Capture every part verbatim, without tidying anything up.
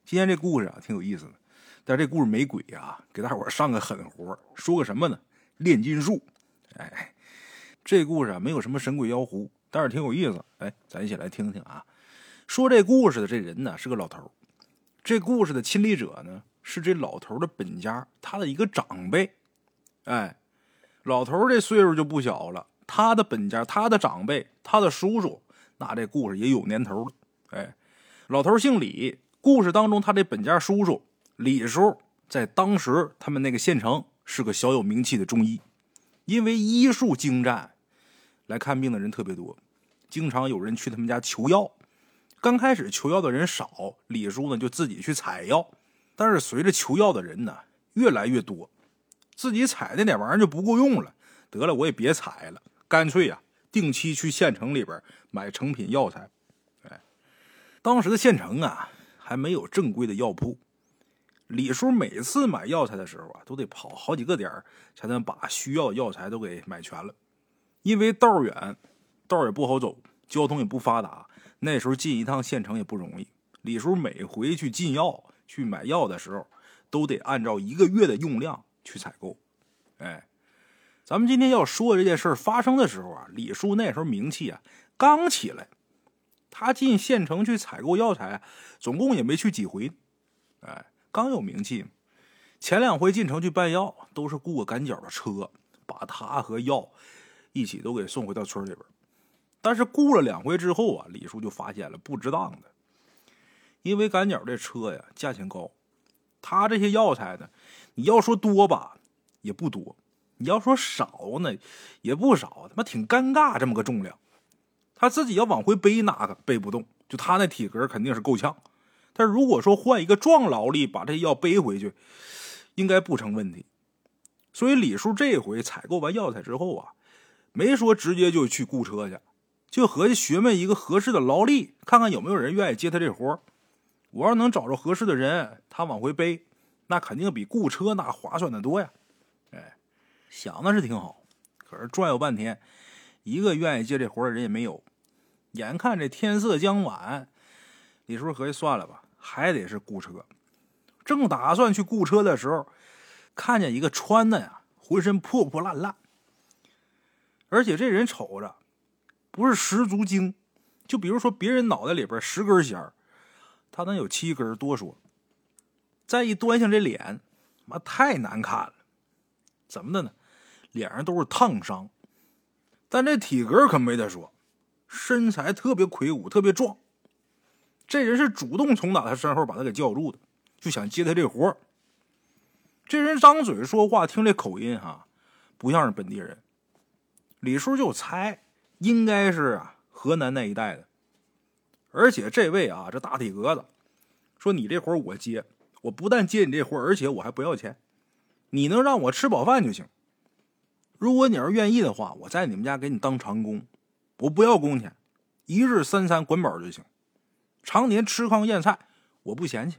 今天这故事啊挺有意思的，但是这故事没鬼啊，给大伙儿上个狠活，说个什么呢？炼金术。哎，这故事啊没有什么神鬼妖狐，但是挺有意思。哎，咱一起来听听啊。说这故事的这人呢是个老头，这故事的亲历者呢是这老头的本家，他的一个长辈。哎，老头这岁数就不小了，他的本家、他的长辈、他的叔叔，那这故事也有年头了。哎，老头姓李，故事当中他这本家叔叔李叔，在当时他们那个县城是个小有名气的中医，因为医术精湛，来看病的人特别多，经常有人去他们家求药。刚开始求药的人少，李叔呢就自己去采药，但是随着求药的人呢越来越多，自己采的点玩意儿就不够用了，得了我也别采了，干脆啊定期去县城里边买成品药材。哎，当时的县城啊还没有正规的药铺，李叔每次买药材的时候啊都得跑好几个点才能把需要的药材都给买全了。因为道远，道也不好走，交通也不发达，那时候进一趟县城也不容易。李叔每回去进药去买药的时候都得按照一个月的用量去采购。哎，咱们今天要说这件事发生的时候啊，李叔那时候名气啊刚起来，他进县城去采购药材总共也没去几回。哎，刚有名气，前两回进城去办药都是雇个赶脚的车把他和药一起都给送回到村里边。但是雇了两回之后啊，李叔就发现了不值当的。因为赶脚这车呀价钱高，他这些药材呢你要说多吧也不多，你要说少呢也不少，他妈挺尴尬，这么个重量他自己要往回背哪个背不动，就他那体格肯定是够呛。但如果说换一个壮劳力把这药背回去应该不成问题。所以李叔这回采购完药材之后啊，没说直接就去雇车去，就合计询问一个合适的劳力，看看有没有人愿意接他这活。我要能找着合适的人，他往回背那肯定比雇车那划算的多呀。哎，想的是挺好，可是转悠半天一个愿意接这活的人也没有。眼看这天色将晚，李叔合计算了吧，还得是雇车。正打算去雇车的时候，看见一个穿的呀浑身破破烂烂，而且这人瞅着不是十足精，就比如说别人脑袋里边十根弦，他能有七根多说。再一端详这脸，妈太难看了。怎么的呢？脸上都是烫伤，但这体格可没得说，身材特别魁梧，特别壮。这人是主动从打他身后把他给叫住的，就想接他这活。这人张嘴说话，听这口音哈，不像是本地人。李叔就猜应该是啊河南那一带的。而且这位啊这大体格子说，你这活我接，我不但接你这活，而且我还不要钱，你能让我吃饱饭就行。如果你要是愿意的话，我在你们家给你当长工，我不要工钱，一日三餐管饱就行，常年吃糠咽菜我不嫌弃。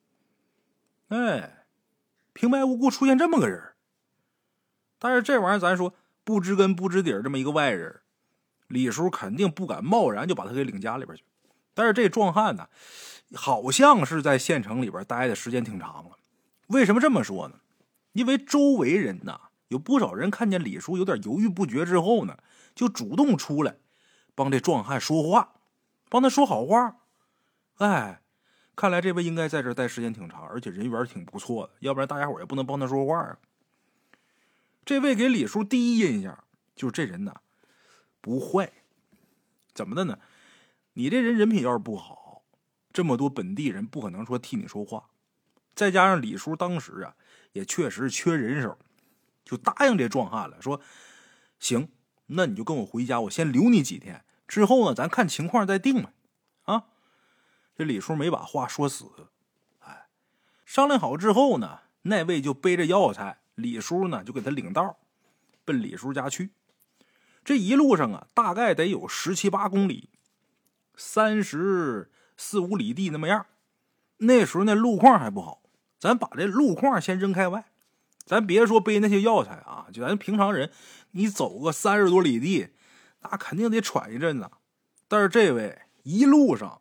哎，平白无故出现这么个人，但是这玩意儿咱说不知根不知底这么一个外人，李叔肯定不敢贸然就把他给领家里边去。但是这壮汉呢好像是在县城里边待的时间挺长了。为什么这么说呢？因为周围人呐有不少人看见李叔有点犹豫不决之后呢，就主动出来帮这壮汉说话，帮他说好话。哎，看来这位应该在这儿待时间挺长，而且人缘挺不错的，要不然大家伙也不能帮他说话啊。这位给李叔第一印象就是这人呐不坏。怎么的呢？你这人人品要是不好，这么多本地人不可能说替你说话。再加上李叔当时啊也确实缺人手，就答应这壮汉了，说行，那你就跟我回家，我先留你几天，之后呢咱看情况再定吧。啊，这李叔没把话说死。哎，商量好之后呢，那位就背着药材，李叔呢就给他领道奔李叔家去。这一路上啊大概得有十七八公里，三十四五里地那么样。那时候那路况还不好，咱把这路况先扔开外，咱别说背那些药材啊，就咱平常人你走个三十多里地那肯定得喘一阵子。但是这位一路上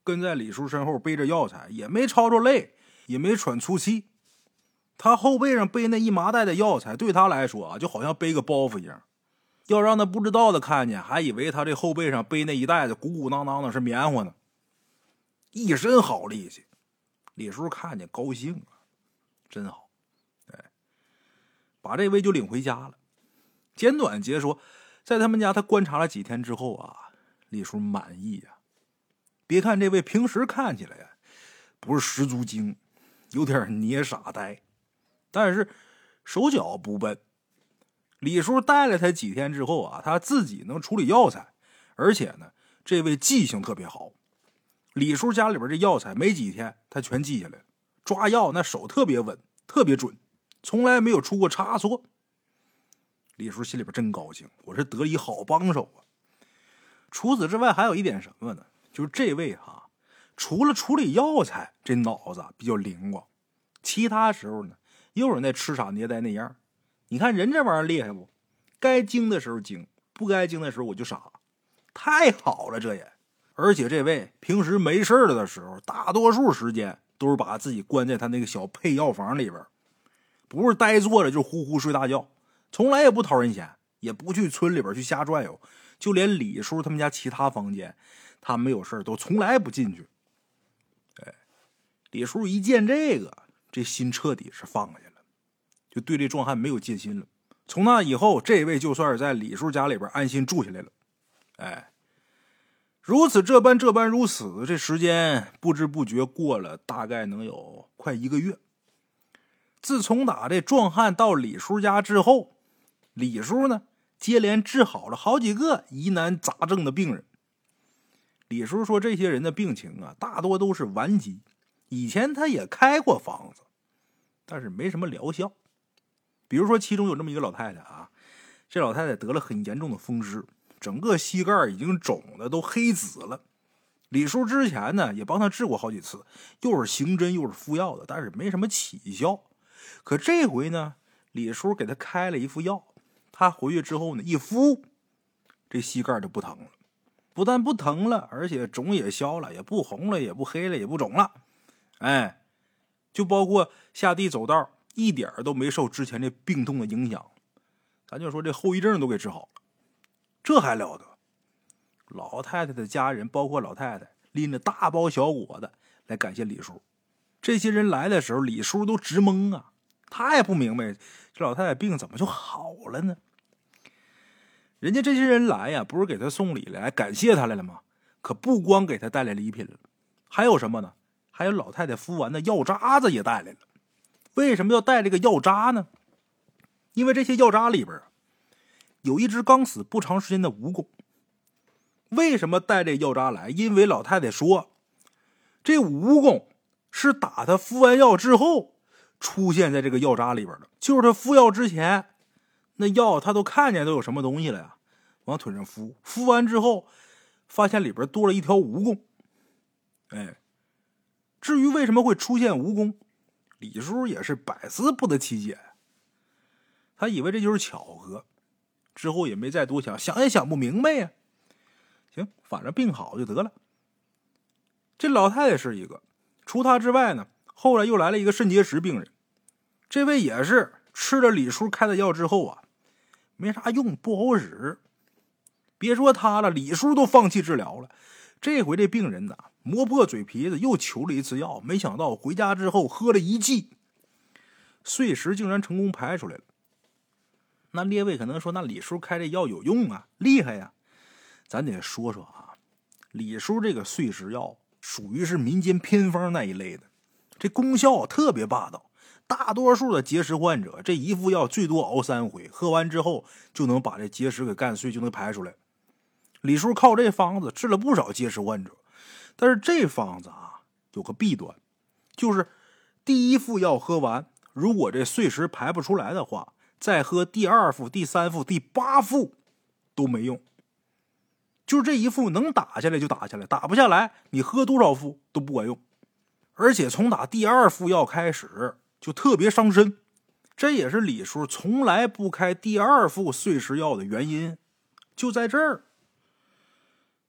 跟在李叔身后背着药材，也没吵着累，也没喘粗气。他后背上背那一麻袋的药材，对他来说啊，就好像背个包袱一样。要让他不知道的看见，还以为他这后背上背那一袋子鼓鼓囊囊的是棉花呢。一身好力气，李叔看见高兴啊，真好。哎，把这位就领回家了。简短截说，在他们家他观察了几天之后啊，李叔满意呀、啊。别看这位平时看起来呀、啊、不是十足精，有点捏傻呆，但是手脚不笨。李叔带了他几天之后啊，他自己能处理药材，而且呢，这位记性特别好。李叔家里边这药材没几天他全记下来了，抓药那手特别稳，特别准，从来没有出过差错。李叔心里边真高兴，我是得了一好帮手啊。除此之外还有一点什么呢？就是这位哈、啊，除了处理药材这脑子比较灵光，其他时候呢又是那吃傻捏呆那样。你看人这玩意儿厉害不？该精的时候精，不该精的时候我就傻，太好了这也。而且这位平时没事了的时候，大多数时间都是把自己关在他那个小配药房里边，不是呆坐着就是呼呼睡大觉，从来也不讨人嫌，也不去村里边去瞎转悠，就连李叔他们家其他房间他没有事都从来不进去。哎，李叔一见这个，这心彻底是放下了，就对这壮汉没有戒心了。从那以后，这位就算是在李叔家里边安心住下来了。哎，如此这般这般如此，这时间不知不觉过了大概能有快一个月。自从打这壮汉到李叔家之后，李叔呢接连治好了好几个疑难杂症的病人。李叔说这些人的病情啊，大多都是顽疾，以前他也开过方子，但是没什么疗效。比如说其中有这么一个老太太啊，这老太太得了很严重的风湿，整个膝盖已经肿的都黑紫了。李叔之前呢也帮他治过好几次，又是行针又是敷药的，但是没什么起效。可这回呢，李叔给他开了一副药，他回去之后呢一敷，这膝盖就不疼了。不但不疼了，而且肿也消了，也不红了，也不黑了，也不肿了。哎，就包括下地走道，一点都没受之前这病痛的影响。咱就说这后遗症都给治好了，这还了得？老太太的家人，包括老太太，拎着大包小裹的来感谢李叔。这些人来的时候，李叔都直懵啊，他也不明白这老太太病怎么就好了呢？人家这些人来呀，不是给他送礼来感谢他来了吗？可不光给他带来礼品了，还有什么呢？还有老太太敷完的药渣子也带来了。为什么要带这个药渣呢？因为这些药渣里边有一只刚死不长时间的蜈蚣。为什么带这药渣来？因为老太太说，这蜈蚣是打他敷完药之后出现在这个药渣里边的，就是他敷药之前那药他都看见都有什么东西了呀，往腿上敷，敷完之后发现里边多了一条蜈蚣。哎，至于为什么会出现蜈蚣，李叔也是百思不得其解。他以为这就是巧合，之后也没再多想，想也想不明白呀。行，反正病好就得了。这老太太是一个，除她之外呢，后来又来了一个肾结石病人。这位也是吃了李叔开的药之后啊，没啥用，不好使。别说他了，李叔都放弃治疗了。这回这病人呢，磨破嘴皮子又求了一次药，没想到回家之后喝了一剂，碎石竟然成功排出来了。那列位可能说，那李叔开这药有用啊，厉害呀。咱得说说啊，李叔这个碎石药属于是民间偏方那一类的，这功效特别霸道。大多数的结石患者，这一副药最多熬三回，喝完之后就能把这结石给干碎，就能排出来。李叔靠这方子治了不少结石患者，但是这方子啊有个弊端，就是第一副药喝完，如果这碎石排不出来的话，再喝第二副、第三副、第八副都没用。就是这一副能打下来就打下来，打不下来你喝多少副都不管用。而且从打第二副药开始就特别伤身，这也是李叔从来不开第二副碎石药的原因，就在这儿。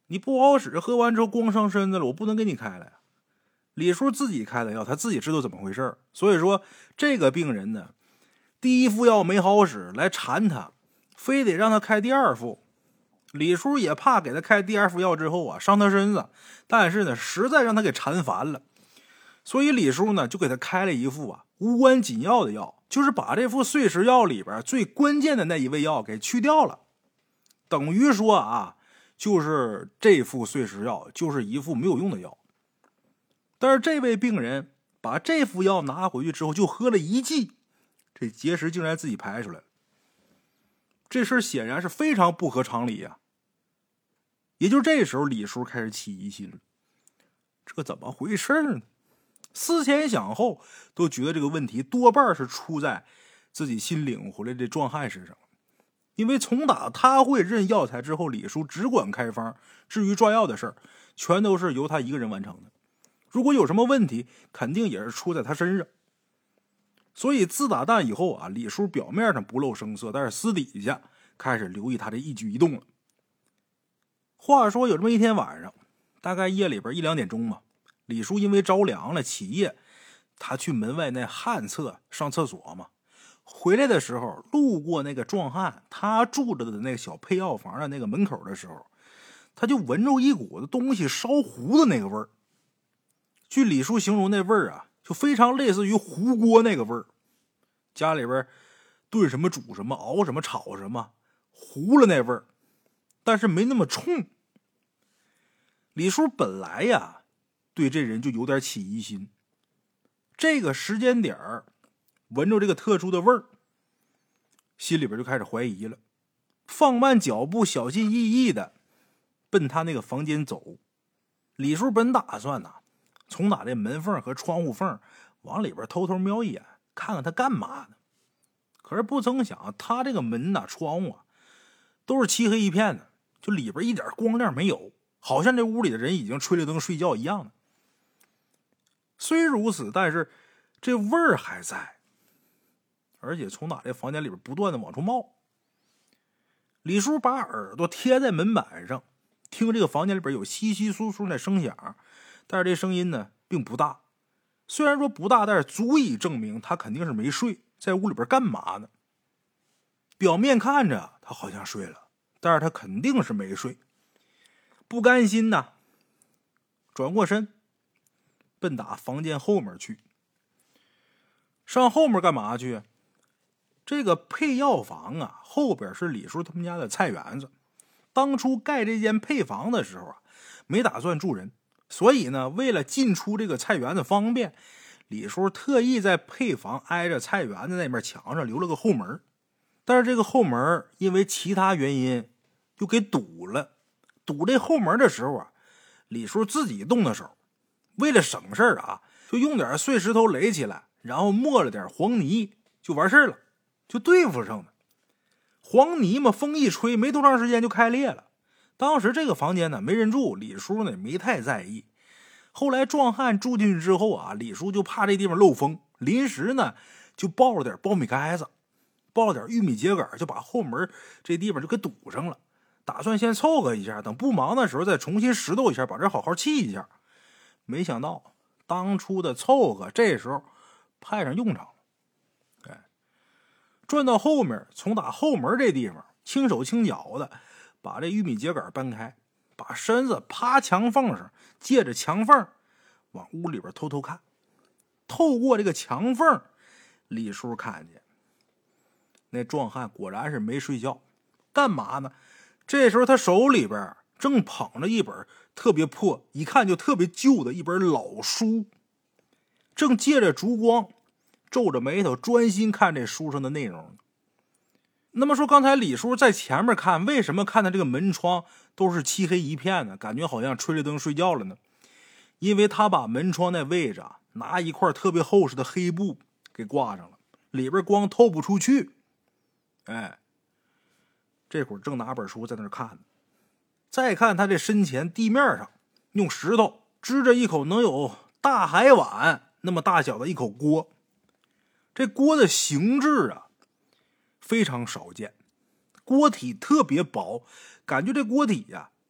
你不好使，喝完之后光伤身子了，我不能给你开了呀。李叔自己开的药，他自己知道怎么回事，所以说这个病人呢，第一副药没好使，来缠他，非得让他开第二副。李叔也怕给他开第二副药之后啊伤他身子，但是呢实在让他给缠烦了，所以李叔呢就给他开了一副啊无关紧要的药，就是把这副碎石药里边最关键的那一味药给去掉了，等于说啊就是这副碎石药就是一副没有用的药。但是这位病人把这副药拿回去之后就喝了一剂，这结石竟然自己排出来了。这事显然是非常不合常理啊。也就这时候李叔开始起疑心了，这怎么回事呢？思前想后都觉得这个问题多半是出在自己新领回来的壮汉身上。因为从打他会认药材之后，李叔只管开方，至于抓药的事儿全都是由他一个人完成的。如果有什么问题肯定也是出在他身上。所以自打那以后啊，李叔表面上不露声色，但是私底下开始留意他的一举一动了。话说有这么一天晚上，大概夜里边一两点钟嘛，李叔因为着凉了起夜，他去门外那旱厕上厕所嘛，回来的时候路过那个壮汉他住着的那个小配药房的那个门口的时候，他就闻着一股子东西烧糊的那个味儿。据李叔形容那味儿啊，就非常类似于糊锅那个味儿，家里边炖什么煮什么熬什么炒什么糊了那味儿，但是没那么冲。李叔本来呀对这人就有点起疑心，这个时间点儿闻着这个特殊的味儿，心里边就开始怀疑了，放慢脚步小心翼翼的奔他那个房间走。李叔本打算呐、啊从打这门缝和窗户缝往里边偷偷瞄一眼，看看他干嘛呢。可是不曾想，他这个门呐、窗户啊，都是漆黑一片的，就里边一点光亮没有，好像这屋里的人已经吹了灯睡觉一样的。虽如此，但是这味儿还在，而且从打这房间里边不断的往出冒。李叔把耳朵贴在门板上，听这个房间里边有稀稀疏疏的声响。但是这声音呢并不大，虽然说不大，但是足以证明他肯定是没睡，在屋里边干嘛呢？表面看着他好像睡了，但是他肯定是没睡。不甘心呐，转过身奔打房间后面去。上后面干嘛去？这个配药房啊，后边是李叔他们家的菜园子。当初盖这间配房的时候啊，没打算住人，所以呢，为了进出这个菜园子方便，李叔特意在配房挨着菜园子那面墙上留了个后门。但是这个后门因为其他原因就给堵了。堵这后门的时候啊，李叔自己动的手，为了省事啊，就用点碎石头垒起来，然后抹了点黄泥，就完事了，就对付上了。黄泥嘛，风一吹，没多长时间就开裂了。当时这个房间呢没人住，李叔呢没太在意。后来壮汉住进去之后啊，李叔就怕这地方漏风，临时呢就抱了点苞米盖子，抱了点玉米秸秆，就把后门这地方就给堵上了，打算先凑合一下，等不忙的时候再重新拾掇一下，把这好好砌一下。没想到当初的凑合这时候派上用场了。哎，转到后面，从打后门这地方轻手轻脚的把这玉米秸秆搬开，把身子趴墙缝上，借着墙缝往屋里边偷偷看。透过这个墙缝，李叔看见那壮汉果然是没睡觉，干嘛呢？这时候他手里边正捧着一本特别破，一看就特别旧的一本老书，正借着烛光皱着眉头专心看这书上的内容。那么说刚才李叔在前面看，为什么看他这个门窗都是漆黑一片呢？感觉好像吹着灯睡觉了呢？因为他把门窗那位置啊，拿一块特别厚实的黑布给挂上了，里边光透不出去。哎，这会儿正拿本书在那儿看呢。再看他这身前地面上用石头支着一口能有大海碗那么大小的一口锅，这锅的形制啊非常少见，锅体特别薄，感觉这锅体呀、啊、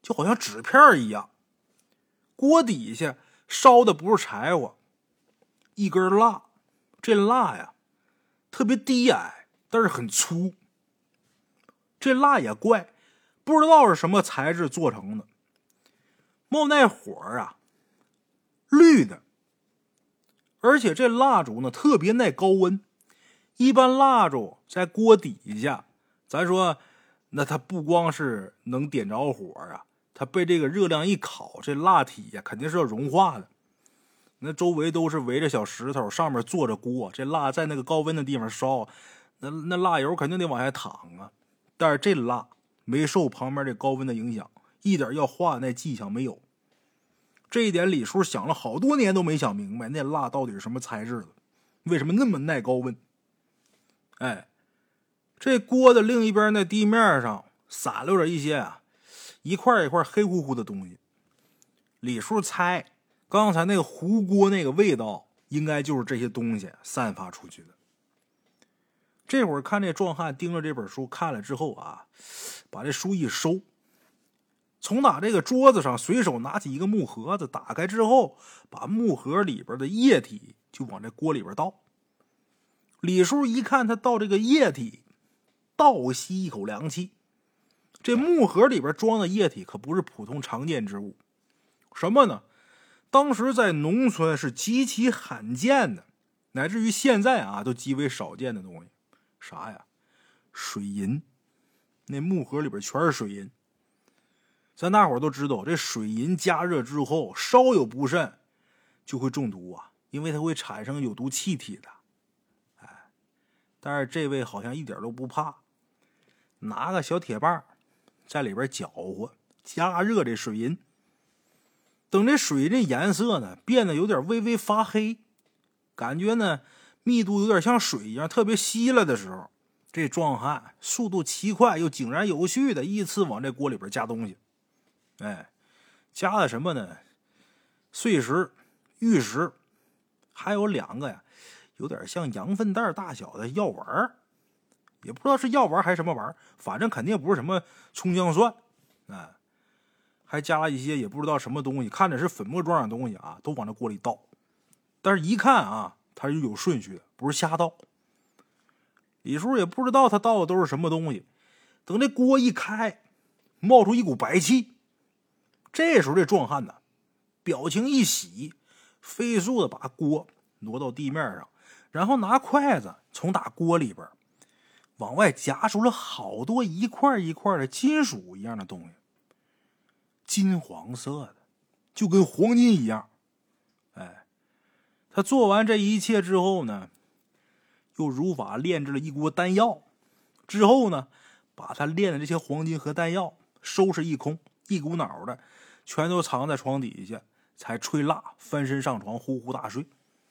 就好像纸片一样。锅底下烧的不是柴火，一根蜡，这蜡呀特别低矮，但是很粗。这蜡也怪，不知道是什么材质做成的，冒那火啊绿的，而且这蜡烛呢特别耐高温。一般蜡烛在锅底下，咱说那它不光是能点着火啊，它被这个热量一烤，这蜡体呀肯定是要融化的。那周围都是围着小石头，上面坐着锅，这蜡在那个高温的地方烧，那那蜡油肯定得往下淌啊。但是这蜡没受旁边这高温的影响，一点要化的那迹象没有。这一点李叔想了好多年都没想明白，那蜡到底是什么材质的，为什么那么耐高温。哎，这锅的另一边那地面上洒落着一些啊一块一块黑乎乎的东西。李叔猜刚才那个糊锅那个味道应该就是这些东西散发出去的。这会儿看这壮汉盯着这本书看了之后啊，把这书一收，从打这个桌子上随手拿起一个木盒子，打开之后把木盒里边的液体就往这锅里边倒。李叔一看他倒这个液体，倒吸一口凉气。这木盒里边装的液体可不是普通常见之物，什么呢？当时在农村是极其罕见的，乃至于现在啊都极为少见的东西。啥呀？水银。那木盒里边全是水银。咱大伙儿都知道，这水银加热之后稍有不慎就会中毒啊，因为它会产生有毒气体的。哎，但是这位好像一点都不怕，拿个小铁棒在里边搅和加热这水银。等这水这颜色呢变得有点微微发黑，感觉呢密度有点像水一样特别稀了的时候，这壮汉速度奇快又井然有序的依次往这锅里边加东西。哎，加的什么呢？碎石、玉石，还有两个呀有点像羊粪蛋大小的药丸，也不知道是药丸还是什么玩意儿，反正肯定不是什么葱姜蒜。哎，还加了一些也不知道什么东西，看着是粉末状的东西啊，都往这锅里倒。但是一看啊，它是有顺序的，不是瞎倒。李叔也不知道他倒的都是什么东西。等这锅一开，冒出一股白气。这时候这壮汉呢，表情一喜，飞速的把锅挪到地面上，然后拿筷子从打锅里边往外夹出了好多一块一块的金属一样的东西，金黄色的，就跟黄金一样。哎，他做完这一切之后呢，又如法炼制了一锅丹药，之后呢，把他炼的这些黄金和丹药收拾一空，一股脑的全都藏在床底下，才吹蜡翻身上床呼呼大睡。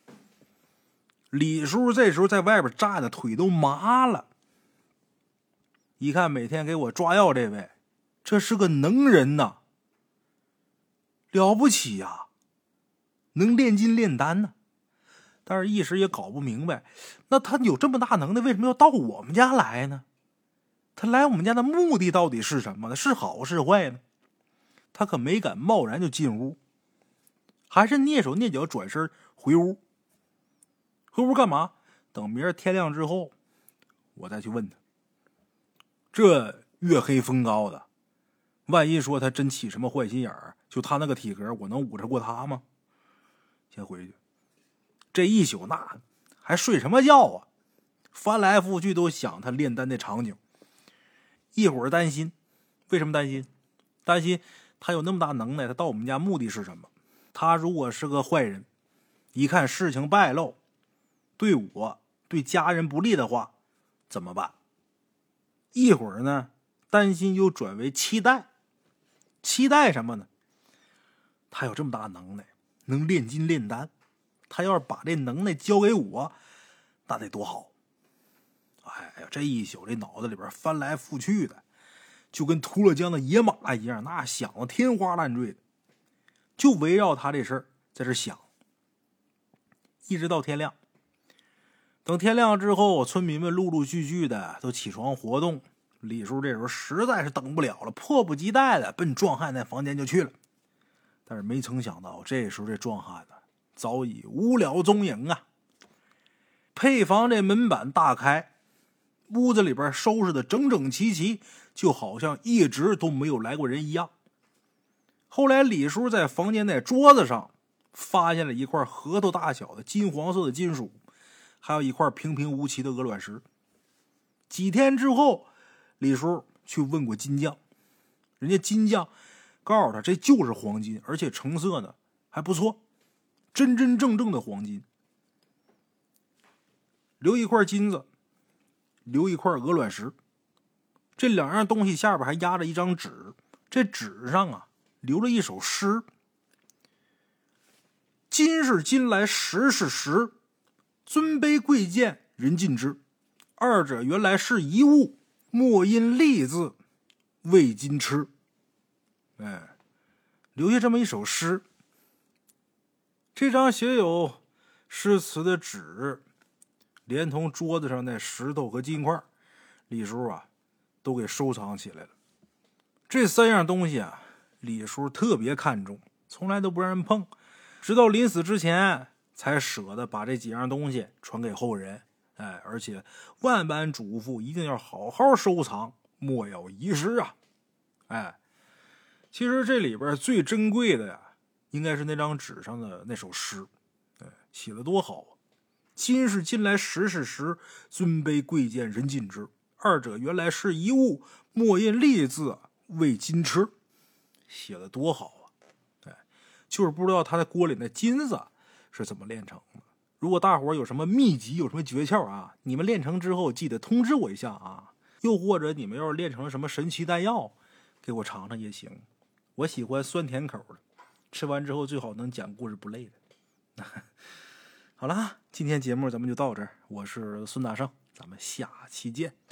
李叔这时候在外边站的腿都麻了，一看每天给我抓药这位，这是个能人呐，了不起呀、啊，能炼金炼丹呢。但是一时也搞不明白，那他有这么大能耐，为什么要到我们家来呢？他来我们家的目的到底是什么呢？是好是坏呢？他可没敢贸然就进屋，还是蹑手蹑脚转身回屋。回屋干嘛？等明儿天亮之后，我再去问他。这月黑风高的，万一说他真起什么坏心眼儿，就他那个体格，我能捂着过他吗？先回去。这一宿那还睡什么觉啊？翻来覆去都想他炼丹的场景。一会儿担心，为什么担心？担心他有那么大能耐，他到我们家目的是什么？他如果是个坏人，一看事情败露，对我对家人不利的话，怎么办？一会儿呢，担心又转为期待。期待什么呢？他有这么大能耐，能炼金炼丹，他要是把这能耐交给我，那得多好。哎呀，这一宿这脑子里边翻来覆去的，就跟秃了缰的野马一样，那想的天花乱坠的，就围绕他这事儿在这想，一直到天亮。等天亮之后，村民们陆陆续续的都起床活动， 李叔这时候实在是等不了了，迫不及待的奔壮汉那房间就去了。但是没曾想到，这时候这壮汉呢早已无了踪影啊。配房这门板大开，屋子里边收拾的整整齐齐，就好像一直都没有来过人一样。后来李叔在房间内桌子上发现了一块核桃大小的金黄色的金属，还有一块平平无奇的鹅卵石。几天之后，李叔去问过金匠，人家金匠告诉他这就是黄金，而且成色呢还不错，真真正正的黄金。留一块金子，留一块鹅卵石，这两样东西下边还压着一张纸，这纸上啊留了一首诗：金是金来，石是石，尊卑贵贱人尽知。二者原来是一物，莫因利字为金痴。哎，留下这么一首诗。这张写有诗词的纸，连同桌子上那石头和金块，李叔啊都给收藏起来了。这三样东西啊，李叔特别看重，从来都不让人碰，直到临死之前才舍得把这几样东西传给后人。哎，而且万般嘱咐一定要好好收藏，莫要遗失啊。哎，其实这里边最珍贵的呀，应该是那张纸上的那首诗。哎，写得多好啊！金是金来，石是石，尊卑贵贱人尽知。二者原来是一物，莫因利字为金痴。写得多好啊！哎，就是不知道他的锅里的金子是怎么炼成的。如果大伙有什么秘籍，有什么诀窍啊，你们练成之后记得通知我一下啊。又或者你们要是练成了什么神奇丹药，给我尝尝也行。我喜欢酸甜口的，吃完之后最好能讲故事不累的。好了，今天节目咱们就到这儿，我是孙大圣，咱们下期见。